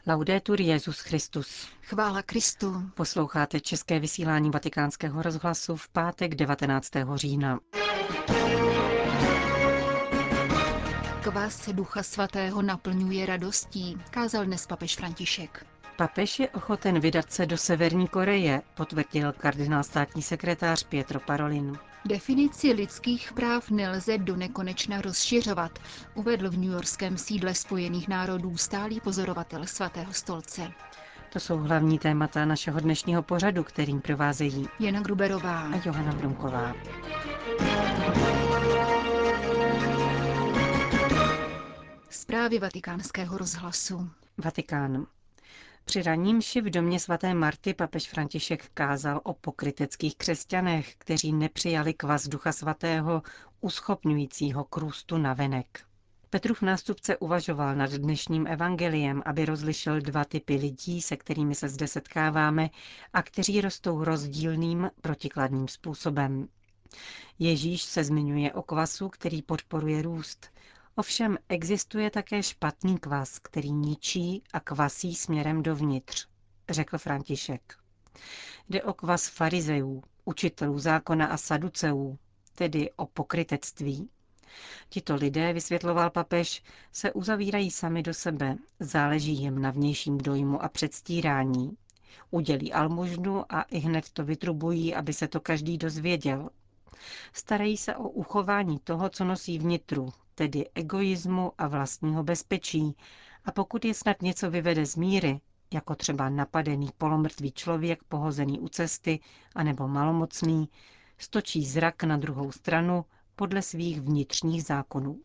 Laudetur Jesus Christus. Chvála Kristu. Posloucháte české vysílání Vatikánského rozhlasu v pátek 19. října. Kvas Ducha Svatého naplňuje radostí, kázal dnes papež František. Papež je ochoten vydat se do Severní Koreje, potvrdil kardinál státní sekretář Pietro Parolin. Definici lidských práv nelze do nekonečna rozšiřovat, uvedl v newyorském sídle Spojených národů stálý pozorovatel Svatého stolce. To jsou hlavní témata našeho dnešního pořadu, kterým provázejí Jana Gruberová a Johana Brunková. Zprávy Vatikánského rozhlasu. Vatikán. Při ranní mši v domě svaté Marty papež František kázal o pokryteckých křesťanech, kteří nepřijali kvas Ducha Svatého, uschopňujícího k růstu navenek. Petrův nástupce uvažoval nad dnešním evangeliem, aby rozlišil dva typy lidí, se kterými se zde setkáváme a kteří rostou rozdílným, protikladným způsobem. Ježíš se zmiňuje o kvasu, který podporuje růst. Ovšem existuje také špatný kvas, který ničí a kvasí směrem dovnitř, řekl František. Jde o kvas farizejů, učitelů zákona a saduceů, tedy o pokrytectví. Tito lidé, vysvětloval papež, se uzavírají sami do sebe, záleží jim na vnějším dojmu a předstírání. Udělí almužnu a ihned to vytrubují, aby se to každý dozvěděl. Starají se o uchování toho, co nosí vnitru, tedy egoismu a vlastního bezpečí, a pokud je snad něco vyvede z míry, jako třeba napadený polomrtvý člověk pohozený u cesty, anebo malomocný, stočí zrak na druhou stranu podle svých vnitřních zákonů.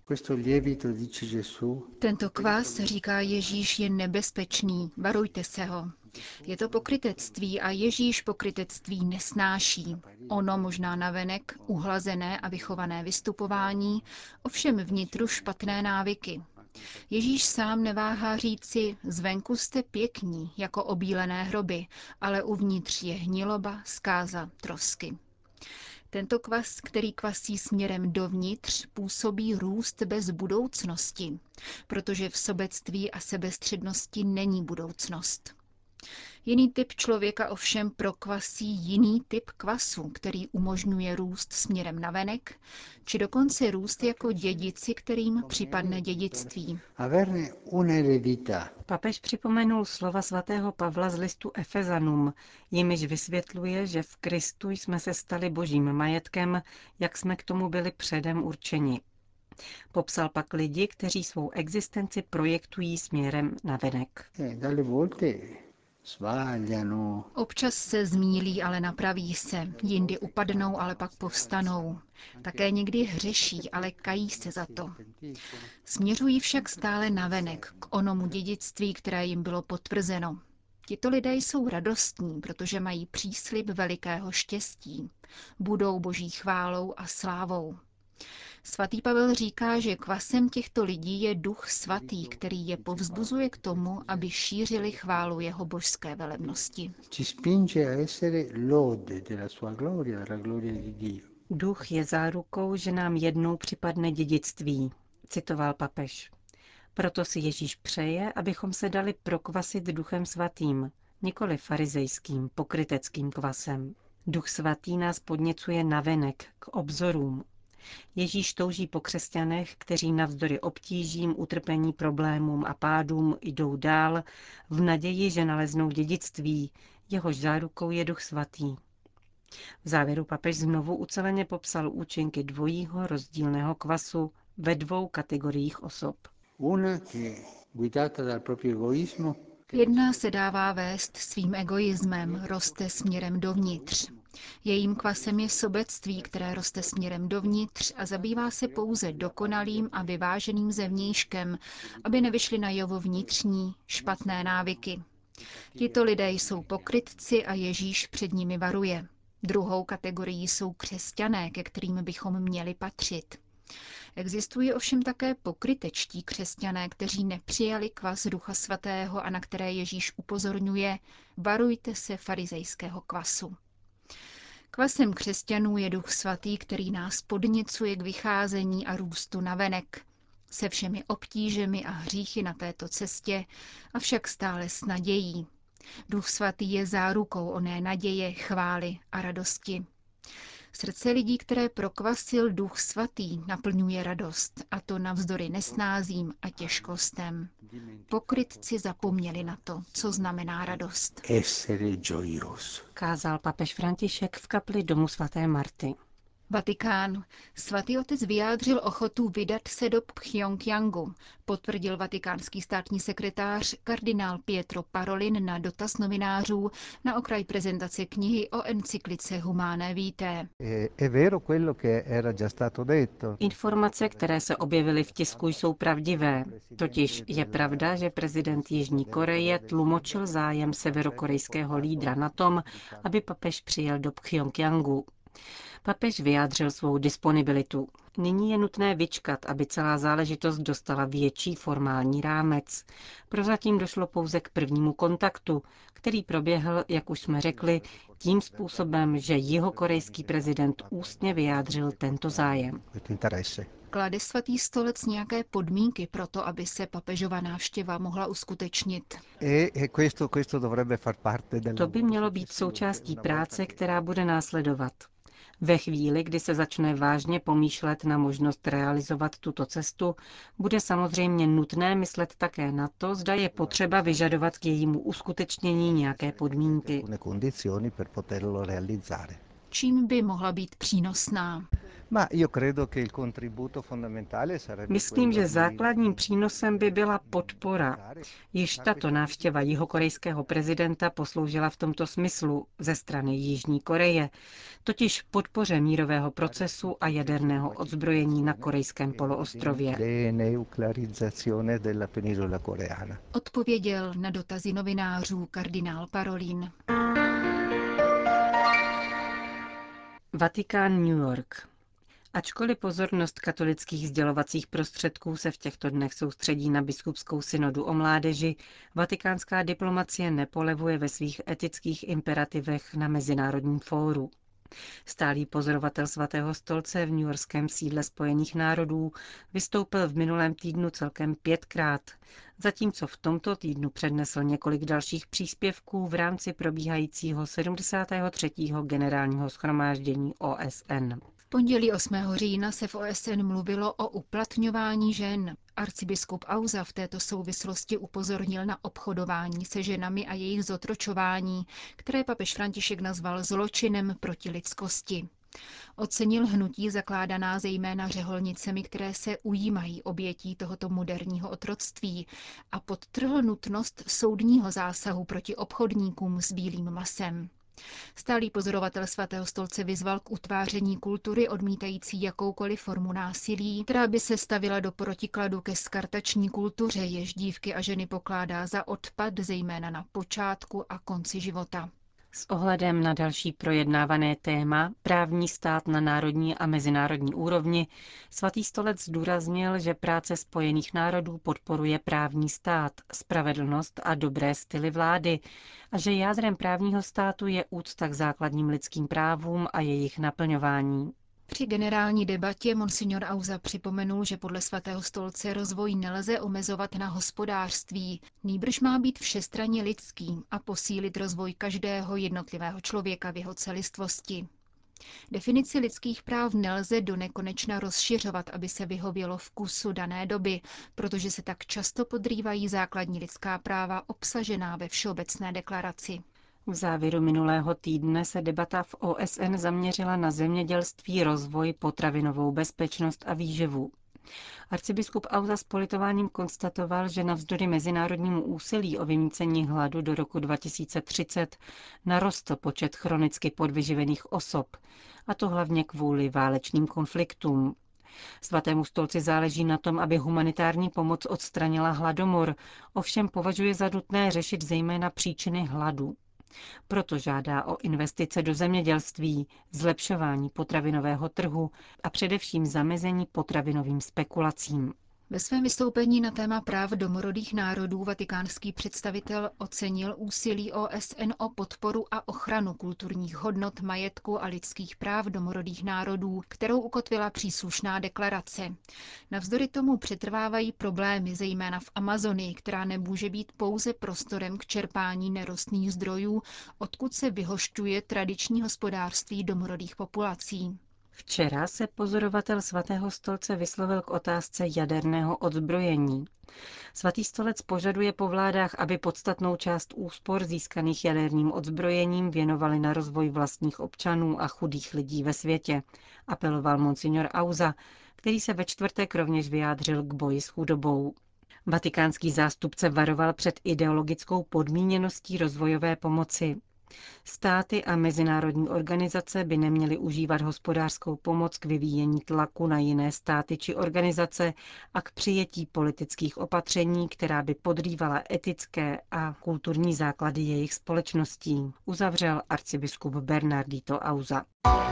Tento kvas, říká Ježíš, je nebezpečný, varujte se ho. Je to pokrytectví a Ježíš pokrytectví nesnáší. Ono možná navenek, uhlazené a vychované vystupování, ovšem vnitru špatné návyky. Ježíš sám neváhá říci, zvenku jste pěkní, jako obílené hroby, ale uvnitř je hniloba, zkáza, trosky. Tento kvas, který kvasí směrem dovnitř, působí růst bez budoucnosti, protože v sobectví a sebestřednosti není budoucnost. Jiný typ člověka ovšem prokvasí jiný typ kvasu, který umožňuje růst směrem navenek, či dokonce růst jako dědici, kterým připadne dědictví. Papež připomenul slova svatého Pavla z listu Efezanům, jimiž vysvětluje, že v Kristu jsme se stali božím majetkem, jak jsme k tomu byli předem určeni. Popsal pak lidi, kteří svou existenci projektují směrem navenek. Občas se zmýlí, ale napraví se, jindy upadnou, ale pak povstanou. Také někdy hřeší, ale kají se za to. Směřují však stále navenek, k onomu dědictví, které jim bylo potvrzeno. Tito lidé jsou radostní, protože mají příslib velikého štěstí. Budou boží chválou a slávou. Svatý Pavel říká, že kvasem těchto lidí je Duch Svatý, který je povzbuzuje k tomu, aby šířili chválu jeho božské velebnosti. Duch je zárukou, že nám jednou připadne dědictví, citoval papež. Proto si Ježíš přeje, abychom se dali prokvasit Duchem Svatým, nikoli farizejským, pokryteckým kvasem. Duch Svatý nás podněcuje navenek, k obzorům. Ježíš touží po křesťanech, kteří navzdory obtížím, utrpení, problémům a pádům jdou dál v naději, že naleznou dědictví, jehož zárukou je Duch Svatý. V závěru papež znovu uceleně popsal účinky dvojího rozdílného kvasu ve dvou kategoriích osob. Jedna se dává vést svým egoismem, roste směrem dovnitř. Jejím kvasem je sobectví, které roste směrem dovnitř a zabývá se pouze dokonalým a vyváženým zevnějškem, aby nevyšly najevo vnitřní, špatné návyky. Tito lidé jsou pokrytci a Ježíš před nimi varuje. Druhou kategorií jsou křesťané, ke kterým bychom měli patřit. Existují ovšem také pokrytečtí křesťané, kteří nepřijali kvas Ducha Svatého a na které Ježíš upozorňuje, varujte se farizejského kvasu. Kvasem křesťanů je Duch Svatý, který nás podněcuje k vycházení a růstu navenek. se všemi obtížemi a hříchy na této cestě, avšak stále s nadějí. Duch svatý je zárukou oné naděje, chvály a radosti. Srdce lidí, které prokvasil Duch svatý, naplňuje radost, a to navzdory nesnázím a těžkostem. Pokrytci zapomněli na to, co znamená radost. Kázal papež František v kapli domu svaté Marty. Vatikán. Svatý otec vyjádřil ochotu vydat se do Pchjongjangu, potvrdil vatikánský státní sekretář kardinál Pietro Parolin na dotaz novinářů na okraj prezentace knihy o encyklice Humanae Vitae. Informace, které se objevily v tisku, jsou pravdivé. Totiž je pravda, že prezident Jižní Koreje tlumočil zájem severokorejského lídra na tom, aby papež přijel do Pchjongjangu. Papež vyjádřil svou disponibilitu. Nyní je nutné vyčkat, aby celá záležitost dostala větší formální rámec. Prozatím došlo pouze k prvnímu kontaktu, který proběhl, jak už jsme řekli, tím způsobem, že jihokorejský prezident ústně vyjádřil tento zájem. Klade svatý stolec nějaké podmínky pro to, aby se papežova návštěva mohla uskutečnit? To by mělo být součástí práce, která bude následovat. Ve chvíli, kdy se začne vážně pomýšlet na možnost realizovat tuto cestu, bude samozřejmě nutné myslet také na to, zda je potřeba vyžadovat k jejímu uskutečnění nějaké podmínky. Čím by mohla být přínosná? Myslím, že základním přínosem by byla podpora. Již tato návštěva jihokorejského prezidenta posloužila v tomto smyslu ze strany Jižní Koreje, totiž podpoře mírového procesu a jaderného odzbrojení na korejském poloostrově. Odpověděl na dotazy novinářů kardinál Parolin. Vatikán, New York. Ačkoliv pozornost katolických sdělovacích prostředků se v těchto dnech soustředí na biskupskou synodu o mládeži, vatikánská diplomacie nepolevuje ve svých etických imperativech na mezinárodním fóru. Stálý pozorovatel Svatého stolce v newyorském sídle Spojených národů vystoupil v minulém týdnu celkem 5krát, zatímco v tomto týdnu přednesl několik dalších příspěvků v rámci probíhajícího 73. generálního shromáždění OSN. V pondělí 8. října se v OSN mluvilo o uplatňování žen. Arcibiskup Auza v této souvislosti upozornil na obchodování se ženami a jejich zotročování, které papež František nazval zločinem proti lidskosti. Ocenil hnutí zakládaná zejména řeholnicemi, které se ujímají obětí tohoto moderního otroctví, a podtrhl nutnost soudního zásahu proti obchodníkům s bílým masem. Stálý pozorovatel Svatého stolce vyzval k utváření kultury odmítající jakoukoliv formu násilí, která by se stavila do protikladu ke skartační kultuře, jež dívky a ženy pokládá za odpad, zejména na počátku a konci života. S ohledem na další projednávané téma, právní stát na národní a mezinárodní úrovni, Svatý stolec zdůraznil, že práce Spojených národů podporuje právní stát, spravedlnost a dobré styly vlády a že jádrem právního státu je úcta k základním lidským právům a jejich naplňování. Při generální debatě monsignor Auza připomenul, že podle Svatého stolce rozvoj nelze omezovat na hospodářství, nýbrž má být všestranně lidský a posílit rozvoj každého jednotlivého člověka v jeho celistvosti. Definici lidských práv nelze do nekonečna rozšiřovat, aby se vyhovělo vkusu dané doby, protože se tak často podrývají základní lidská práva obsažená ve Všeobecné deklaraci. V závěru minulého týdne se debata v OSN zaměřila na zemědělství, rozvoj, potravinovou bezpečnost a výživu. Arcibiskup Auza s politováním konstatoval, že navzdory mezinárodnímu úsilí o vymýcení hladu do roku 2030 narostl počet chronicky podvyživených osob, a to hlavně kvůli válečným konfliktům. Svatému stolci záleží na tom, aby humanitární pomoc odstranila hladomor, ovšem považuje za nutné řešit zejména příčiny hladu. Proto žádá o investice do zemědělství, zlepšování potravinového trhu a především zamezení potravinovým spekulacím. Ve svém vystoupení na téma práv domorodých národů vatikánský představitel ocenil úsilí OSN o podporu a ochranu kulturních hodnot, majetku a lidských práv domorodých národů, kterou ukotvila příslušná deklarace. Navzdory tomu přetrvávají problémy, zejména v Amazonii, která nemůže být pouze prostorem k čerpání nerostných zdrojů, odkud se vyhošťuje tradiční hospodářství domorodých populací. Včera se pozorovatel Svatého stolce vyslovil k otázce jaderného odzbrojení. Svatý stolec požaduje po vládách, aby podstatnou část úspor získaných jaderným odzbrojením věnovali na rozvoj vlastních občanů a chudých lidí ve světě, apeloval monsignor Auza, který se ve čtvrtek rovněž vyjádřil k boji s chudobou. Vatikánský zástupce varoval před ideologickou podmíněností rozvojové pomoci. Státy a mezinárodní organizace by neměly užívat hospodářskou pomoc k vyvíjení tlaku na jiné státy či organizace a k přijetí politických opatření, která by podrývala etické a kulturní základy jejich společností, uzavřel arcibiskup Bernardito Auza.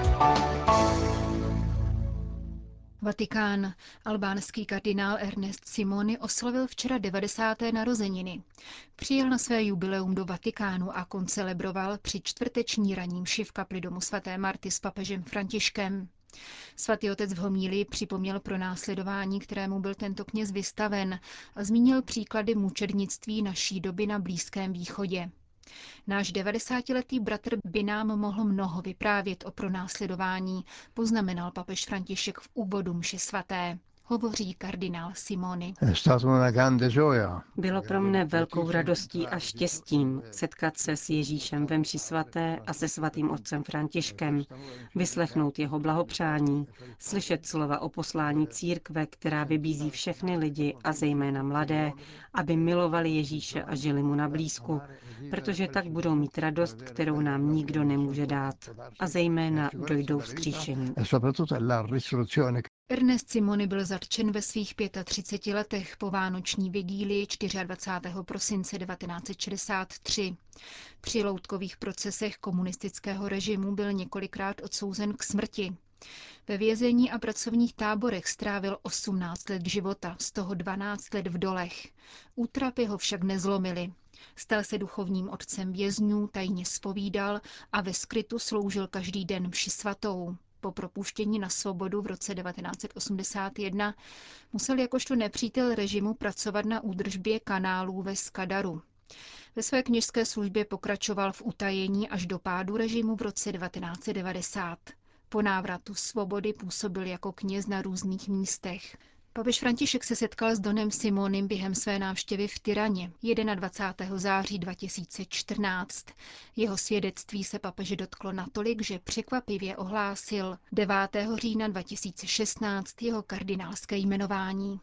Vatikán. Albánský kardinál Ernest Simony oslavil včera 90. narozeniny. Přijel na své jubileum do Vatikánu a koncelebroval při čtvrteční ranní mši v kapli domu svaté Marty s papežem Františkem. Svatý otec v homílii připomněl pronásledování, kterému byl tento kněz vystaven, a zmínil příklady mučednictví naší doby na Blízkém východě. Náš 90letý bratr by nám mohl mnoho vyprávět o pronásledování, poznamenal papež František v úvodu mše svaté. Hovoří kardinál Simony. Bylo pro mne velkou radostí a štěstím setkat se s Ježíšem ve mši svaté a se svatým otcem Františkem, vyslechnout jeho blahopřání, slyšet slova o poslání církve, která vybízí všechny lidi a zejména mladé, aby milovali Ježíše a žili mu na blízku, protože tak budou mít radost, kterou nám nikdo nemůže dát, a zejména dojdou vzkříšení. Ernest Simony byl zatčen ve svých 35 letech po vánoční vigílii 24. prosince 1963. Při loutkových procesech komunistického režimu byl několikrát odsouzen k smrti. Ve vězení a pracovních táborech strávil 18 let života, z toho 12 let v dolech. Útrapy ho však nezlomily. Stal se duchovním otcem vězňů, tajně zpovídal a ve skrytu sloužil každý den mši svatou. Po propuštění na svobodu v roce 1981 musel jakožto nepřítel režimu pracovat na údržbě kanálů ve Skadaru. Ve své kněžské službě pokračoval v utajení až do pádu režimu v roce 1990. Po návratu svobody působil jako kněz na různých místech. Papež František se setkal s Donem Simonem během své návštěvy v Tiraně 21. září 2014. Jeho svědectví se papeže dotklo natolik, že překvapivě ohlásil 9. října 2016 jeho kardinálské jmenování.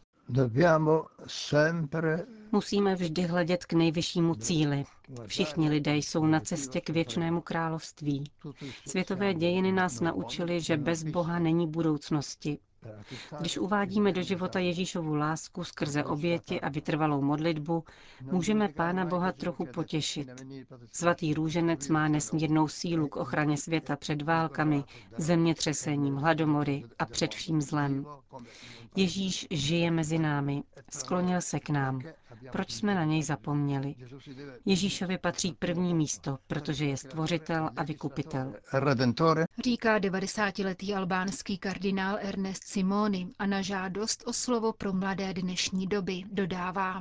Musíme vždy hledět k nejvyššímu cíli. Všichni lidé jsou na cestě k věčnému království. Světové dějiny nás naučily, že bez Boha není budoucnosti. Když uvádíme do života Ježíšovu lásku skrze oběti a vytrvalou modlitbu, můžeme Pána Boha trochu potěšit. Svatý růženec má nesmírnou sílu k ochraně světa před válkami, zemětřesením, hladomory a před vším zlem. Ježíš žije mezi námi, sklonil se k nám. Proč jsme na něj zapomněli? Ježíšovi patří první místo, protože je stvořitel a vykupitel. Říká 90letý albánský kardinál Ernest Simony a na žádost o slovo pro mladé dnešní doby dodává.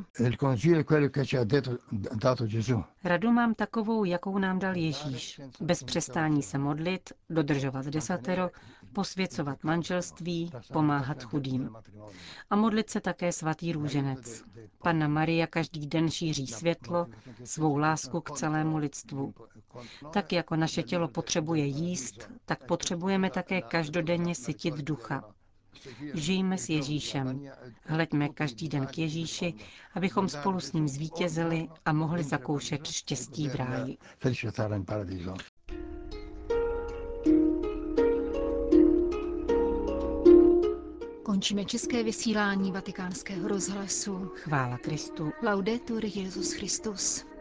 Radu mám takovou, jakou nám dal Ježíš. Bez přestání se modlit, dodržovat desatero, posvěcovat manželství, pomáhat chudým. A modlit se také svatý růženec. Panna Maria každý den šíří světlo, svou lásku k celému lidstvu. Tak jako naše tělo potřebuje jíst, tak potřebujeme také každodenně sytit ducha. Žijme s Ježíšem. Hleďme každý den k Ježíši, abychom spolu s ním zvítězili a mohli zakoušet štěstí v ráji. Končíme české vysílání Vatikánského rozhlasu. Chvála Kristu. Laudetur Jesus Christus.